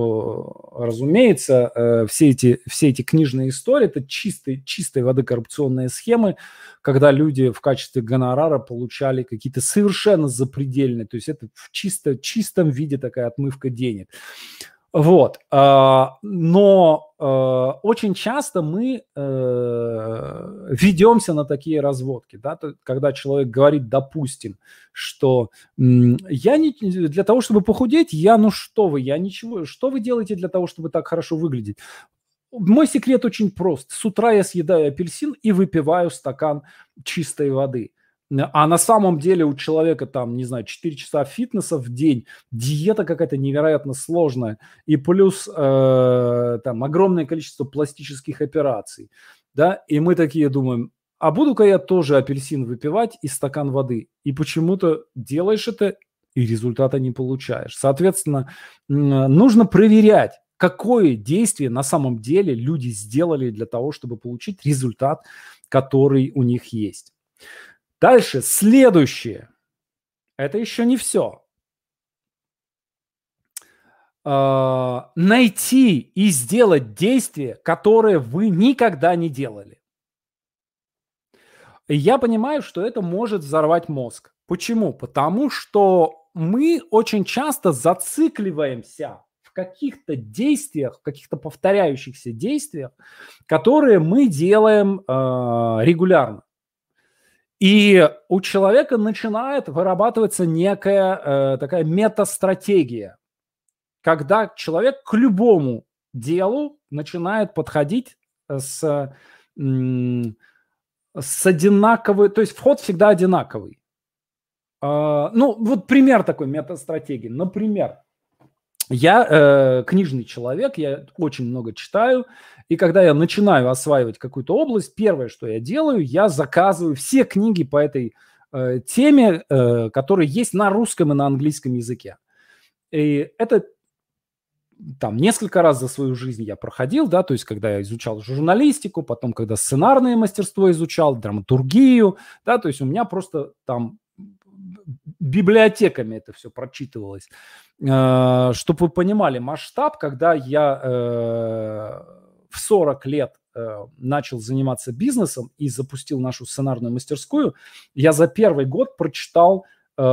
разумеется, все эти книжные истории – это чистой воды коррупционные схемы, когда люди в качестве гонорара получали какие-то совершенно запредельные, то есть это в чистом виде такая отмывка денег. Вот. Но очень часто мы ведемся на такие разводки, да, когда человек говорит, допустим, что я не для того, чтобы похудеть, я ничего, что вы делаете для того, чтобы так хорошо выглядеть? Мой секрет очень прост. С утра я съедаю апельсин и выпиваю стакан чистой воды. А на самом деле у человека там, не знаю, 4 часа фитнеса в день, диета какая-то невероятно сложная, и плюс там огромное количество пластических операций, да, и мы такие думаем, а буду-ка я тоже апельсин выпивать и стакан воды, и почему-то делаешь это, и результата не получаешь. Соответственно, нужно проверять, какое действие на самом деле люди сделали для того, чтобы получить результат, который у них есть. Дальше, следующее. Это еще не все. Найти и сделать действие, которое вы никогда не делали. И я понимаю, что это может взорвать мозг. Почему? Потому что мы очень часто зацикливаемся в каких-то действиях, в каких-то повторяющихся действиях, которые мы делаем регулярно. И у человека начинает вырабатываться некая такая метастратегия, когда человек к любому делу начинает подходить с одинаковой, то есть вход всегда одинаковый. Ну, вот пример такой метастратегии. Например, я книжный человек, я очень много читаю, и когда я начинаю осваивать какую-то область, первое, что я делаю, я заказываю все книги по этой теме, которые есть на русском и на английском языке. И это там несколько раз за свою жизнь я проходил, да, то есть когда я изучал журналистику, потом когда сценарное мастерство изучал, драматургию, да, то есть у меня просто там библиотеками это все прочитывалось. Чтобы вы понимали масштаб, когда я в 40 лет начал заниматься бизнесом и запустил нашу сценарную мастерскую, я за первый год прочитал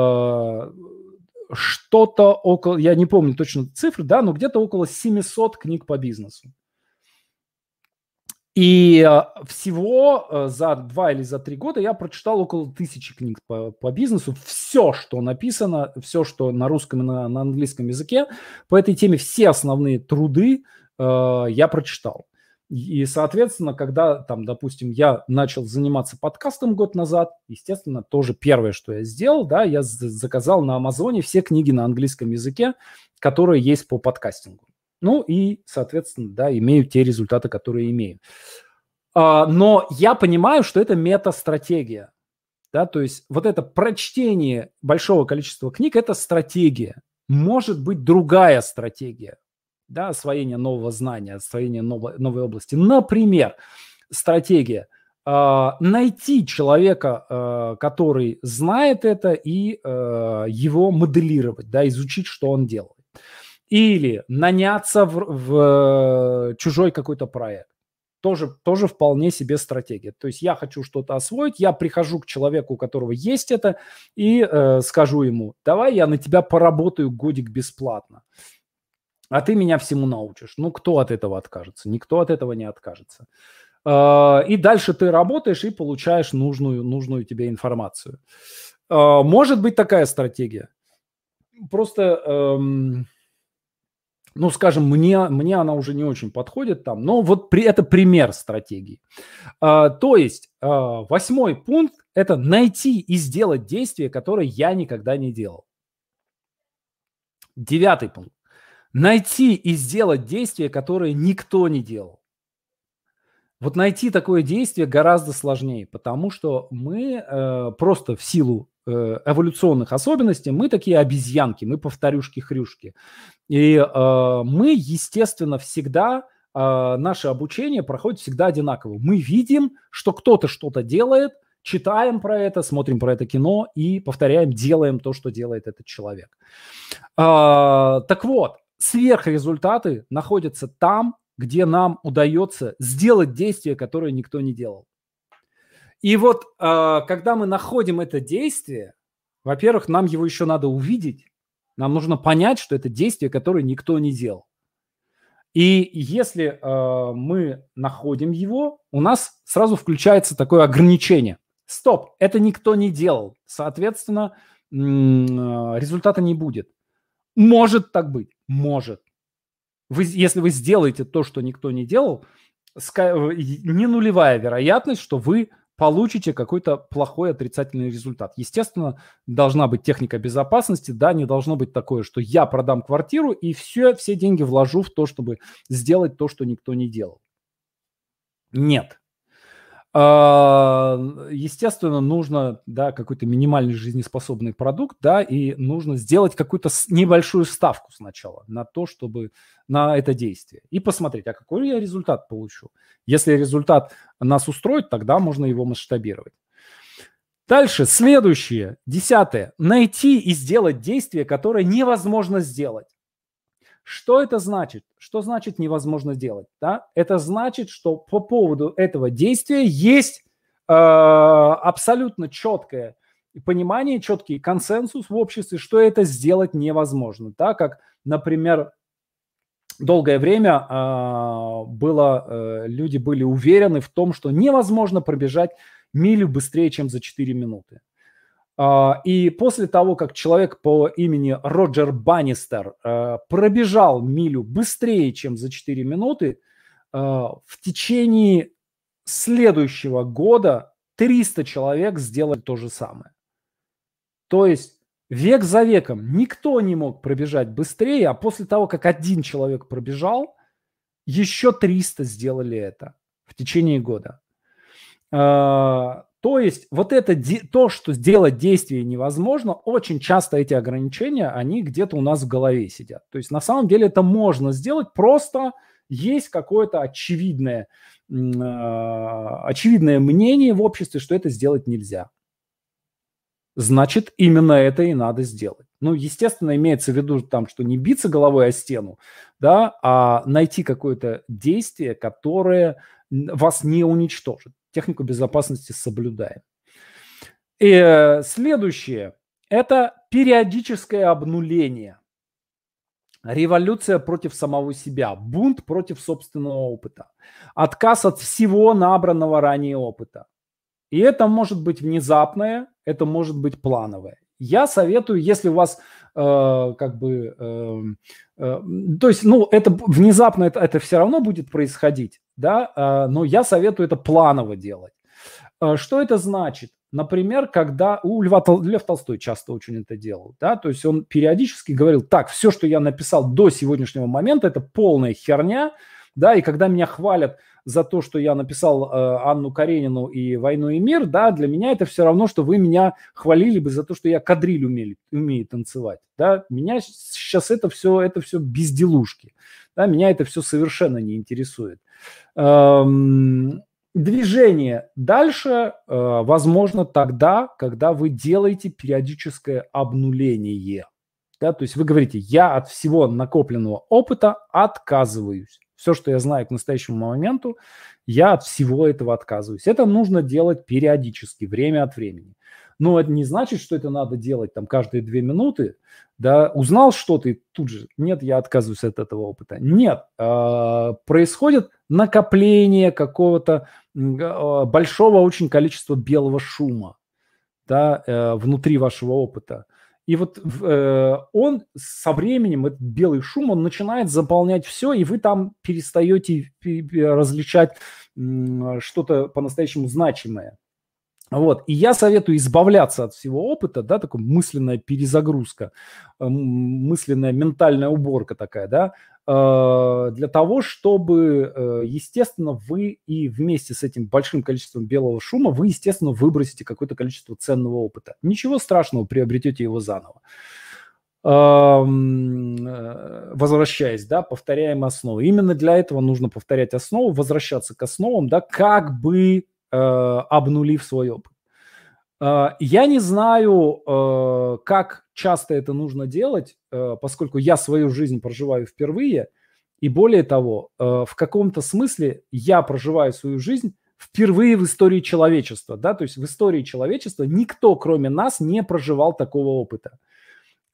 что-то около, я не помню точно цифры, да, но где-то около 700 книг по бизнесу. И всего за 2 или за 3 года я прочитал около 1000 книг по бизнесу. Все, что написано, все, что на русском и на английском языке, по этой теме все основные труды я прочитал. И, соответственно, когда, там, допустим, я начал заниматься подкастом год назад, естественно, тоже первое, что я сделал, да, я заказал на Амазоне все книги на английском языке, которые есть по подкастингу. Ну и, соответственно, да, имею те результаты, которые имею. Но я понимаю, что это метастратегия. Да, то есть вот это прочтение большого количества книг – это стратегия. Может быть другая стратегия, да, освоения нового знания, освоения новой области. Например, стратегия найти человека, который знает это, и его моделировать, да, изучить, что он делает. Или наняться в чужой какой-то проект. Тоже вполне себе стратегия. То есть я хочу что-то освоить, я прихожу к человеку, у которого есть это, и скажу ему, давай я на тебя поработаю годик бесплатно, а ты меня всему научишь. Ну, кто от этого откажется? Никто от этого не откажется. И дальше ты работаешь и получаешь нужную тебе информацию. Может быть такая стратегия. Просто... ну, скажем, мне она уже не очень подходит там, но вот это пример стратегии. То есть 8-й пункт – это найти и сделать действие, которое я никогда не делал. 9-й пункт – найти и сделать действие, которое никто не делал. Вот найти такое действие гораздо сложнее, потому что мы просто в силу эволюционных особенностей, мы такие обезьянки, мы повторюшки-хрюшки. И мы, естественно, всегда, наше обучение проходит всегда одинаково. Мы видим, что кто-то что-то делает, читаем про это, смотрим про это кино и повторяем, делаем то, что делает этот человек. Так вот, сверхрезультаты находятся там, где нам удается сделать действие, которое никто не делал. И вот когда мы находим это действие, во-первых, нам его еще надо увидеть, нам нужно понять, что это действие, которое никто не делал. И если мы находим его, у нас сразу включается такое ограничение. Стоп, это никто не делал. Соответственно, результата не будет. Может так быть, может. Если вы сделаете то, что никто не делал, не нулевая вероятность, что вы получите какой-то плохой отрицательный результат. Естественно, должна быть техника безопасности, да, не должно быть такое, что я продам квартиру и все деньги вложу в то, чтобы сделать то, что никто не делал. Нет. Естественно, нужно, да, какой-то минимальный жизнеспособный продукт, да, и нужно сделать какую-то небольшую ставку сначала на то, чтобы на это действие. И посмотреть, а какой я результат получу. Если результат нас устроит, тогда можно его масштабировать. Дальше, следующее, 10. Найти и сделать действие, которое невозможно сделать. Что это значит? Что значит невозможно делать? Да? Это значит, что по поводу этого действия есть абсолютно четкое понимание, четкий консенсус в обществе, что это сделать невозможно. Да? Как, например, долгое время люди были уверены в том, что невозможно пробежать милю быстрее, чем за 4 минуты. И после того, как человек по имени Роджер Баннистер пробежал милю быстрее, чем за 4 минуты, в течение следующего года 300 человек сделали то же самое. То есть век за веком никто не мог пробежать быстрее, а после того, как один человек пробежал, еще 300 сделали это в течение года. То есть вот это то, что сделать действие невозможно, очень часто эти ограничения, они где-то у нас в голове сидят. То есть на самом деле это можно сделать, просто есть какое-то очевидное мнение в обществе, что это сделать нельзя. Значит, именно это и надо сделать. Ну, естественно, имеется в виду там, что не биться головой о стену, да, а найти какое-то действие, которое вас не уничтожит. Технику безопасности соблюдаем. И следующее – это периодическое обнуление. Революция против самого себя, бунт против собственного опыта, отказ от всего набранного ранее опыта. И это может быть внезапное, это может быть плановое. Я советую, если у вас то есть, ну, это внезапно, это все равно будет происходить, да, но я советую это планово делать. Что это значит? Например, когда Лев Толстой часто очень это делал, да, то есть он периодически говорил: так, все, что я написал до сегодняшнего момента, это полная херня, да, и когда меня хвалят за то, что я написал Анну Каренину и «Войну и мир», да, для меня это все равно, что вы меня хвалили бы за то, что я кадриль умею танцевать, да, меня сейчас это все безделушки, да, меня это все совершенно не интересует. Движение дальше возможно тогда, когда вы делаете периодическое обнуление, да, то есть вы говорите: я от всего накопленного опыта отказываюсь. Все, что я знаю к настоящему моменту, я от всего этого отказываюсь. Это нужно делать периодически, время от времени. Но это не значит, что это надо делать там каждые 2 минуты. Да, узнал что-то и тут же: нет, я отказываюсь от этого опыта. Нет, происходит накопление какого-то большого очень количества белого шума, да, внутри вашего опыта. И вот он со временем, этот белый шум, он начинает заполнять все, и вы там перестаете различать что-то по-настоящему значимое. Вот. И я советую избавляться от всего опыта, да, такая мысленная перезагрузка, мысленная ментальная уборка такая, да, для того, чтобы, естественно, вы и вместе с этим большим количеством белого шума, вы, естественно, выбросите какое-то количество ценного опыта. Ничего страшного, приобретете его заново. Возвращаясь, да, повторяем основы. Именно для этого нужно повторять основу, возвращаться к основам, да, как бы обнулив свой опыт. Я не знаю, как часто это нужно делать, поскольку я свою жизнь проживаю впервые, и более того, в каком-то смысле я проживаю свою жизнь впервые в истории человечества, да, то есть в истории человечества никто, кроме нас, не проживал такого опыта.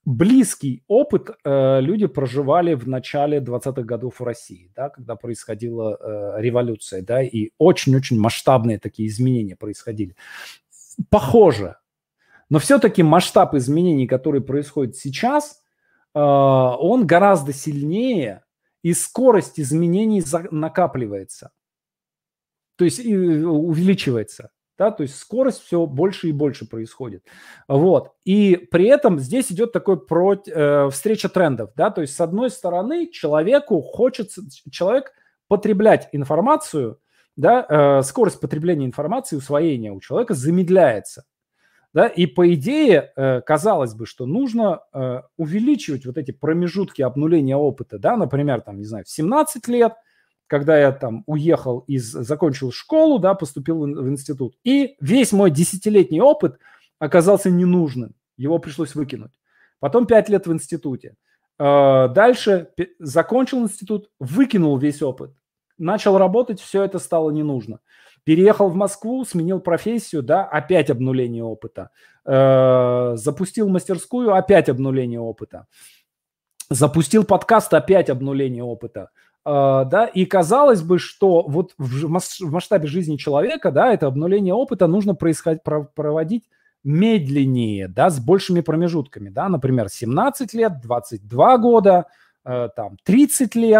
близкий опыт люди проживали в начале 20-х годов в России, да, когда происходила революция, да, и очень-очень масштабные такие изменения происходили. Похоже, но все-таки масштаб изменений, который происходит сейчас, он гораздо сильнее, и скорость изменений накапливается, то есть увеличивается. Да, то есть скорость все больше и больше происходит. Вот. И при этом здесь идет такой встреча трендов. Да? То есть с одной стороны человек потреблять информацию, да, скорость потребления информации, усвоения у человека замедляется. Да? И по идее, казалось бы, что нужно увеличивать вот эти промежутки обнуления опыта. Да? Например, там, не знаю, в 17 лет, когда я там закончил школу, да, поступил в институт, и весь мой 10-летний опыт оказался ненужным, его пришлось выкинуть. Потом 5 лет в институте. Дальше закончил институт, выкинул весь опыт, начал работать, все это стало не нужно. Переехал в Москву, сменил профессию, да, опять обнуление опыта. Запустил мастерскую, опять обнуление опыта. Запустил подкаст, опять обнуление опыта. Да, и казалось бы, что вот в масштабе жизни человека, да, это обнуление опыта нужно проводить медленнее, да, с большими промежутками, да, например, 17 лет, 22 года, там, 30 лет,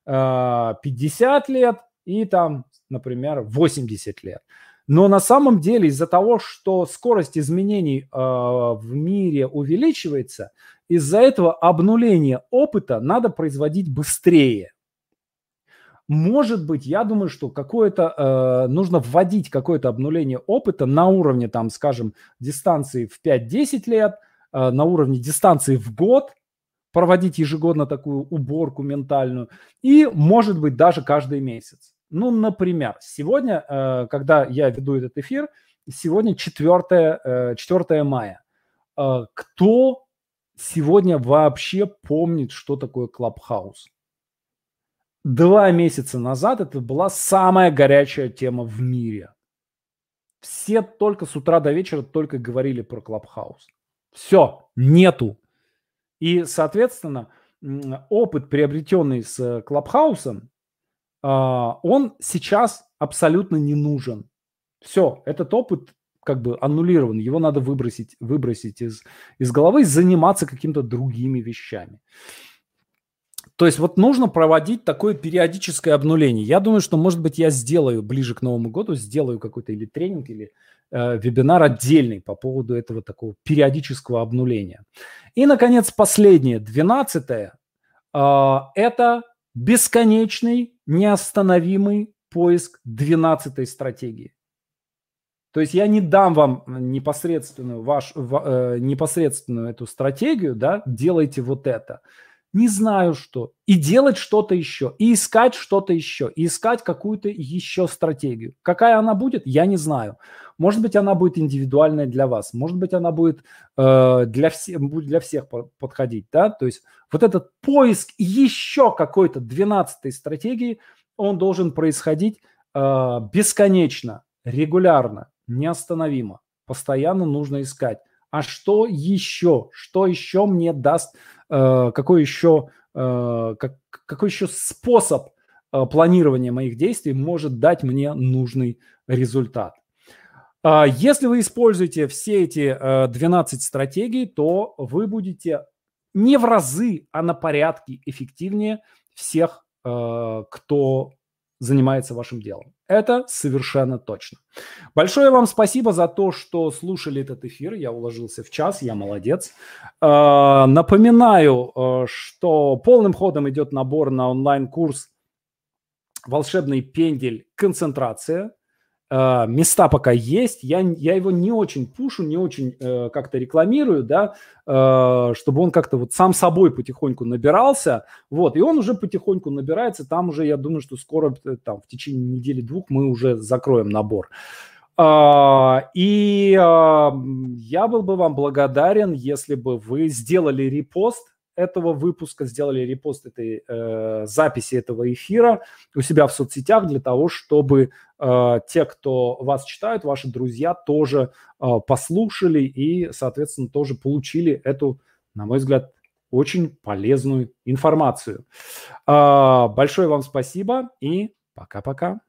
50 лет и там, например, 80 лет. Но на самом деле из-за того, что скорость изменений в мире увеличивается, из-за этого обнуление опыта надо производить быстрее. Может быть, я думаю, что нужно вводить какое-то обнуление опыта на уровне, там, скажем, дистанции в 5-10 лет, на уровне дистанции в год, проводить ежегодно такую уборку ментальную, и, может быть, даже каждый месяц. Ну, например, сегодня, когда я веду этот эфир, сегодня 4 мая. Кто сегодня вообще помнит, что такое Clubhouse? 2 месяца назад это была самая горячая тема в мире. Все только с утра до вечера только говорили про Clubhouse. Все, нету. И, соответственно, опыт, приобретенный с Clubhouse, он сейчас абсолютно не нужен. Все, этот опыт как бы аннулирован. Его надо выбросить из головы и заниматься какими-то другими вещами. То есть вот нужно проводить такое периодическое обнуление. Я думаю, что, может быть, я сделаю ближе к Новому году, сделаю какой-то или тренинг, или вебинар отдельный по поводу этого такого периодического обнуления. И, наконец, последнее, 12-е, это бесконечный, неостановимый поиск 12-й стратегии. То есть я не дам вам непосредственную эту стратегию, да, делайте вот это. Не знаю что. И делать что-то еще, и искать что-то еще, и искать какую-то еще стратегию. Какая она будет, я не знаю. Может быть, она будет индивидуальная для вас. Может быть, она будет для всех подходить. Да? То есть вот этот поиск еще какой-то 12-й стратегии, он должен происходить бесконечно, регулярно, неостановимо. Постоянно нужно искать. А что еще? Что еще мне даст, какой еще способ планирования моих действий может дать мне нужный результат? Если вы используете все эти 12 стратегий, то вы будете не в разы, а на порядке эффективнее всех, кто занимается вашим делом. Это совершенно точно. Большое вам спасибо за то, что слушали этот эфир. Я уложился в час, я молодец. Напоминаю, что полным ходом идет набор на онлайн-курс «Волшебный пендель. Концентрация». Места пока есть, я его не очень пушу, не очень как-то рекламирую, да, чтобы он как-то вот сам собой потихоньку набирался, вот, и он уже потихоньку набирается, там уже, я думаю, что скоро, там, в течение недели-двух мы уже закроем набор. И я был бы вам благодарен, если бы вы сделали репост этого выпуска, сделали репост этой записи этого эфира у себя в соцсетях для того, чтобы те, кто вас читают, ваши друзья, тоже послушали и, соответственно, тоже получили эту на мой взгляд, очень полезную информацию. Большое вам спасибо и пока-пока.